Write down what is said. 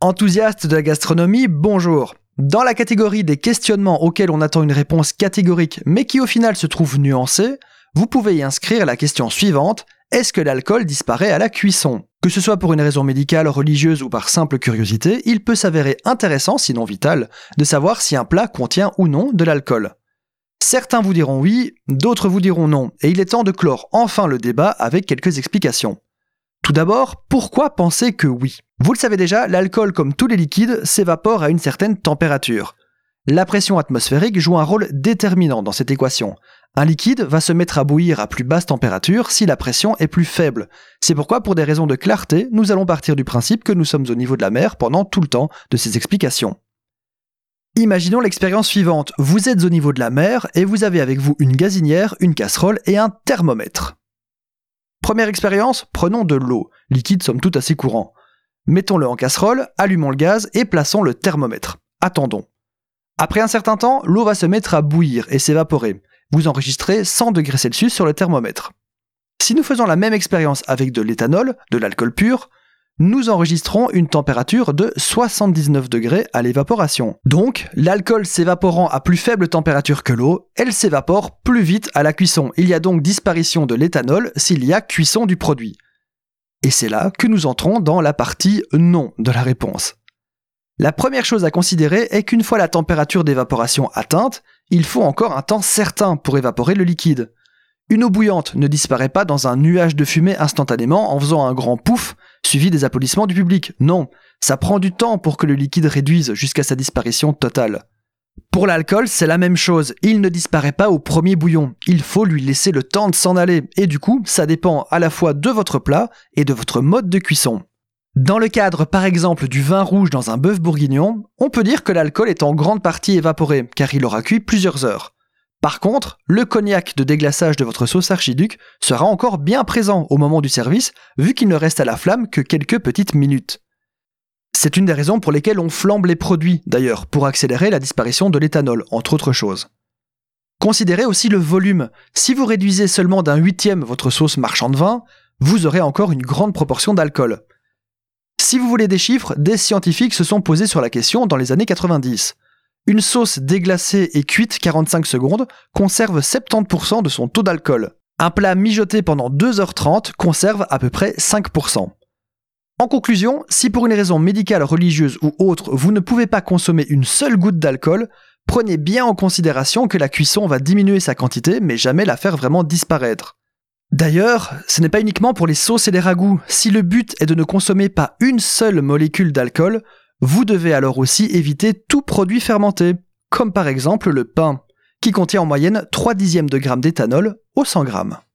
Enthousiaste de la gastronomie, bonjour. Dans la catégorie des questionnements auxquels on attend une réponse catégorique mais qui au final se trouvent nuancés, vous pouvez y inscrire la question suivante: est-ce que l'alcool disparaît à la cuisson ? Que ce soit pour une raison médicale, religieuse ou par simple curiosité, il peut s'avérer intéressant, sinon vital, de savoir si un plat contient ou non de l'alcool. Certains vous diront oui, d'autres vous diront non, et il est temps de clore enfin le débat avec quelques explications. Tout d'abord, pourquoi penser que oui ? Vous le savez déjà, l'alcool, comme tous les liquides, s'évapore à une certaine température. La pression atmosphérique joue un rôle déterminant dans cette équation. Un liquide va se mettre à bouillir à plus basse température si la pression est plus faible. C'est pourquoi, pour des raisons de clarté, nous allons partir du principe que nous sommes au niveau de la mer pendant tout le temps de ces explications. Imaginons l'expérience suivante. Vous êtes au niveau de la mer et vous avez avec vous une gazinière, une casserole et un thermomètre. Première expérience, prenons de l'eau, liquide somme toute assez courant. Mettons-le en casserole, allumons le gaz et plaçons le thermomètre. Attendons. Après un certain temps, l'eau va se mettre à bouillir et s'évaporer. Vous enregistrez 100 degrés Celsius sur le thermomètre. Si nous faisons la même expérience avec de l'éthanol, de l'alcool pur, nous enregistrons une température de 79 degrés à l'évaporation. Donc, l'alcool s'évaporant à plus faible température que l'eau, elle s'évapore plus vite à la cuisson. Il y a donc disparition de l'éthanol s'il y a cuisson du produit. Et c'est là que nous entrons dans la partie non de la réponse. La première chose à considérer est qu'une fois la température d'évaporation atteinte, il faut encore un temps certain pour évaporer le liquide. Une eau bouillante ne disparaît pas dans un nuage de fumée instantanément en faisant un grand pouf, suivi des applaudissements du public. Non, ça prend du temps pour que le liquide réduise jusqu'à sa disparition totale. Pour l'alcool, c'est la même chose, il ne disparaît pas au premier bouillon, il faut lui laisser le temps de s'en aller, et du coup, ça dépend à la fois de votre plat et de votre mode de cuisson. Dans le cadre par exemple du vin rouge dans un bœuf bourguignon, on peut dire que l'alcool est en grande partie évaporé, car il aura cuit plusieurs heures. Par contre, le cognac de déglaçage de votre sauce archiduc sera encore bien présent au moment du service, vu qu'il ne reste à la flamme que quelques petites minutes. C'est une des raisons pour lesquelles on flambe les produits, d'ailleurs, pour accélérer la disparition de l'éthanol, entre autres choses. Considérez aussi le volume. Si vous réduisez seulement d'1/8 votre sauce marchand de vin, vous aurez encore une grande proportion d'alcool. Si vous voulez des chiffres, des scientifiques se sont posés sur la question dans les années 90. Une sauce déglacée et cuite 45 secondes conserve 70% de son taux d'alcool. Un plat mijoté pendant 2h30 conserve à peu près 5%. En conclusion, si pour une raison médicale, religieuse ou autre, vous ne pouvez pas consommer une seule goutte d'alcool, prenez bien en considération que la cuisson va diminuer sa quantité, mais jamais la faire vraiment disparaître. D'ailleurs, ce n'est pas uniquement pour les sauces et les ragoûts. Si le but est de ne consommer pas une seule molécule d'alcool, vous devez alors aussi éviter tout produit fermenté, comme par exemple le pain, qui contient en moyenne 0,3 g d'éthanol au 100 g.